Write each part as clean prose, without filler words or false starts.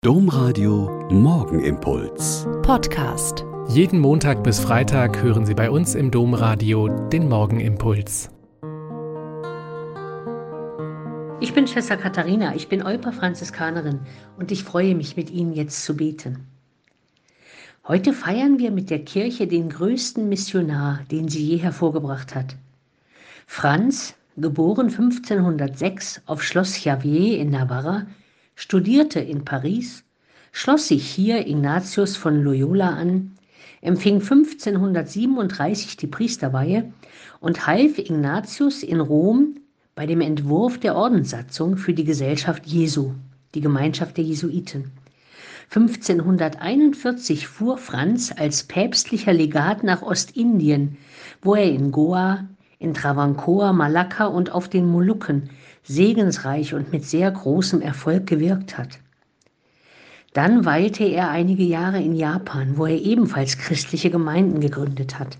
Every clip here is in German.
Domradio Morgenimpuls Podcast. Jeden Montag bis Freitag hören Sie bei uns im Domradio den Morgenimpuls. Ich bin Schwester Katharina, ich bin Olper-Franziskanerin und ich freue mich, mit Ihnen jetzt zu beten. Heute feiern wir mit der Kirche den größten Missionar, den sie je hervorgebracht hat. Franz, geboren 1506 auf Schloss Javier in Navarra, studierte in Paris, schloss sich hier Ignatius von Loyola an, empfing 1537 die Priesterweihe und half Ignatius in Rom bei dem Entwurf der Ordenssatzung für die Gesellschaft Jesu, die Gemeinschaft der Jesuiten. 1541 fuhr Franz als päpstlicher Legat nach Ostindien, wo er in Goa, in Travancore, Malakka und auf den Molukken segensreich und mit sehr großem Erfolg gewirkt hat. Dann weilte er einige Jahre in Japan, wo er ebenfalls christliche Gemeinden gegründet hat.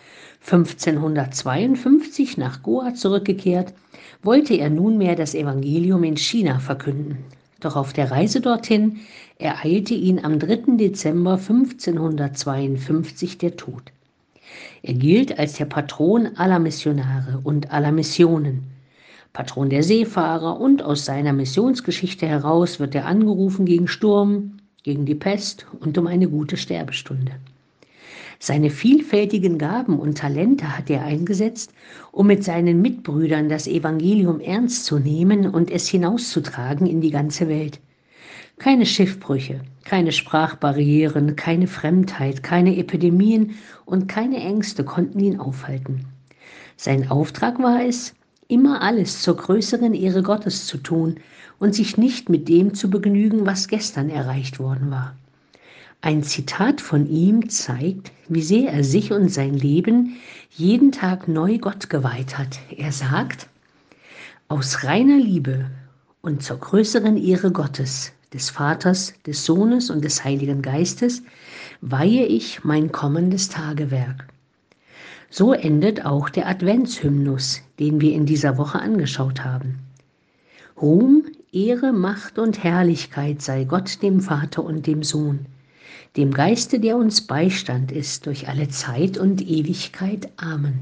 1552 nach Goa zurückgekehrt, wollte er nunmehr das Evangelium in China verkünden. Doch auf der Reise dorthin ereilte ihn am 3. Dezember 1552 der Tod. Er gilt als der Patron aller Missionare und aller Missionen, Patron der Seefahrer, und aus seiner Missionsgeschichte heraus wird er angerufen gegen Sturm, gegen die Pest und um eine gute Sterbestunde. Seine vielfältigen Gaben und Talente hat er eingesetzt, um mit seinen Mitbrüdern das Evangelium ernst zu nehmen und es hinauszutragen in die ganze Welt. Keine Schiffbrüche, keine Sprachbarrieren, keine Fremdheit, keine Epidemien und keine Ängste konnten ihn aufhalten. Sein Auftrag war es, immer alles zur größeren Ehre Gottes zu tun und sich nicht mit dem zu begnügen, was gestern erreicht worden war. Ein Zitat von ihm zeigt, wie sehr er sich und sein Leben jeden Tag neu Gott geweiht hat. Er sagt: Aus reiner Liebe und zur größeren Ehre Gottes, des Vaters, des Sohnes und des Heiligen Geistes, weihe ich mein kommendes Tagewerk. So endet auch der Adventshymnus, den wir in dieser Woche angeschaut haben. Ruhm, Ehre, Macht und Herrlichkeit sei Gott dem Vater und dem Sohn, dem Geiste, der uns Beistand ist durch alle Zeit und Ewigkeit. Amen.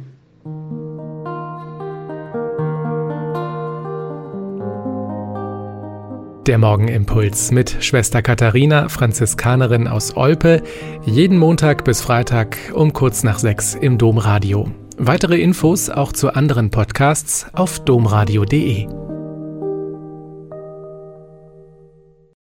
Der Morgenimpuls mit Schwester Katharina, Franziskanerin aus Olpe, jeden Montag bis Freitag um kurz nach 6 im Domradio. Weitere Infos auch zu anderen Podcasts auf domradio.de.